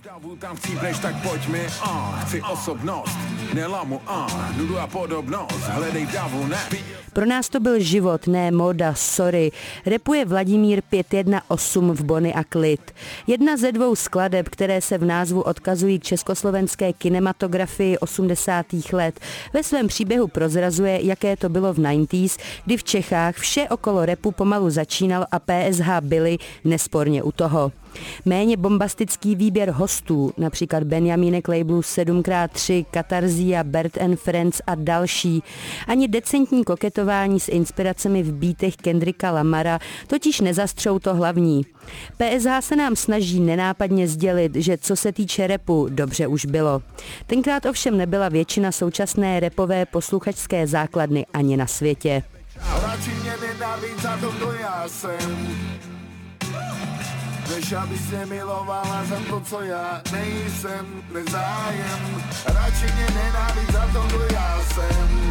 Tam chcípneš, tak pojď mi, chci osobnost, nelamu, nudu a podobnost, hledej davu, ne. Pro nás to byl život, ne móda, sorry. Rapuje Vladimír 518 v Bony a klid. Jedna ze dvou skladeb, které se v názvu odkazují k československé kinematografii 80. let, ve svém příběhu prozrazuje, jaké to bylo v 90s, kdy v Čechách vše okolo rapu pomalu začínalo a PSH byli nesporně u toho. Méně bombastický výběr hostů, například Benjamínek labelu 7x3, Katarzia, Bert & Friends a další, ani decentní koketování s inspiracemi v beatech Kendricka Lamara totiž nezastřou to hlavní. PSH se nám snaží nenápadně sdělit, že co se týče rapu, dobře už bylo. Tenkrát ovšem nebyla většina současné rapové posluchačské základny ani na světě. Radši mě nenávidí za to, kdo já jsem. Než aby se milovala za to, co já nejsem, nezájem. Radši mě nenávidí za to, kdo já jsem.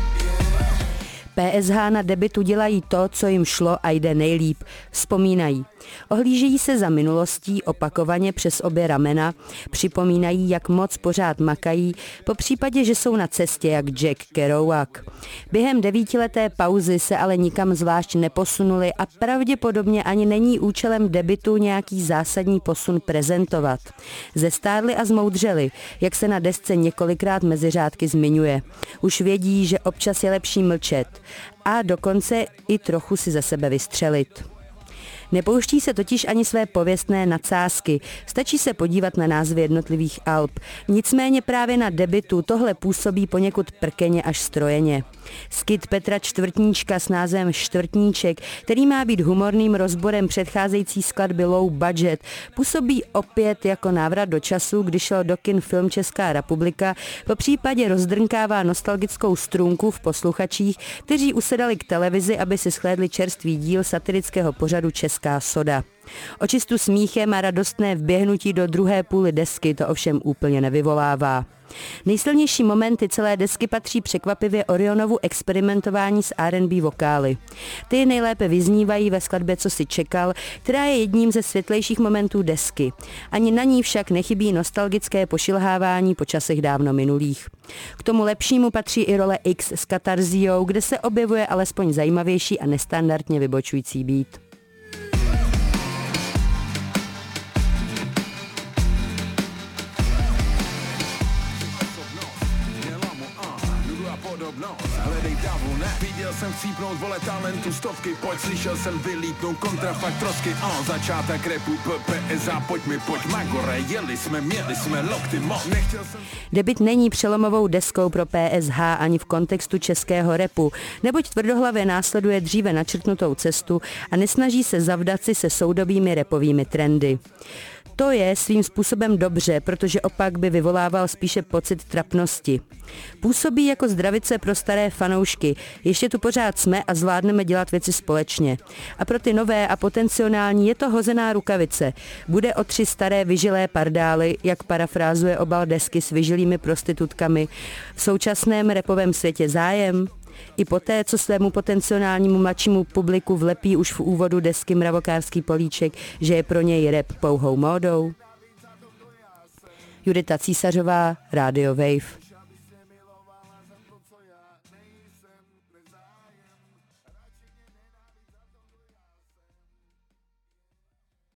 PSH na debutu dělají to, co jim šlo a jde nejlíp. Vzpomínají. Ohlížejí se za minulostí opakovaně přes obě ramena, připomínají, jak moc pořád makají, po případě, že jsou na cestě jak Jack Kerouac. Během 9leté pauzy se ale nikam zvlášť neposunuli a pravděpodobně ani není účelem debutu nějaký zásadní posun prezentovat. Zestárli a zmoudřeli, jak se na desce několikrát mezi řádky zmiňuje. Už vědí, že občas je lepší mlčet a dokonce i trochu si ze sebe vystřelit. Nepouští se totiž ani své pověstné nadsázky, stačí se podívat na názvy jednotlivých alb. Nicméně právě na debutu tohle působí poněkud prkeně až strojeně. Skit Petra Čtvrtníčka s názvem Čtvrtníček, který má být humorným rozborem předcházející skladby Low Budget, působí opět jako návrat do času, kdy šel do kin film Česká republika, po případě rozdrnkává nostalgickou strunku v posluchačích, kteří usedali k televizi, aby si shlédli čerstvý díl satirického pořadu Česká soda. Očistu smíchem a radostné vběhnutí do druhé půly desky to ovšem úplně nevyvolává. Nejsilnější momenty celé desky patří překvapivě Orionovu experimentování s R&B vokály. Ty nejlépe vyznívají ve skladbě Co si čekal, která je jedním ze světlejších momentů desky. Ani na ní však nechybí nostalgické pošilhávání po časech dávno minulých. K tomu lepšímu patří i role X s Katarziou, kde se objevuje alespoň zajímavější a nestandardně vybočující beat. Hledej davu, ne. Viděl jsem chcípnout, vole, talentu stovky, pojď, slyšel jsem vylítnout kontrafakt trosky, začátek rapu, PSH, pojď magore, jeli jsme, měli jsme lokty, nechtěl jsem... Debut není přelomovou deskou pro PSH ani v kontextu českého rapu, neboť tvrdohlavě následuje dříve načrtnutou cestu a nesnaží se zavdat si se soudobými rapovými trendy. To je svým způsobem dobře, protože opak by vyvolával spíše pocit trapnosti. Působí jako zdravice pro staré fanoušky, ještě tu pořád jsme a zvládneme dělat věci společně. A pro ty nové a potenciální je to hozená rukavice. Bude o 3 staré vyžilé pardály, jak parafrázuje obal desky s vyžilými prostitutkami, v současném rapovém světě zájem? I poté, co svému potenciálnímu mladšímu publiku vlepí už v úvodu desky mravokárský políček, že je pro něj rap pouhou módou? Judita Císařová, Radio Wave.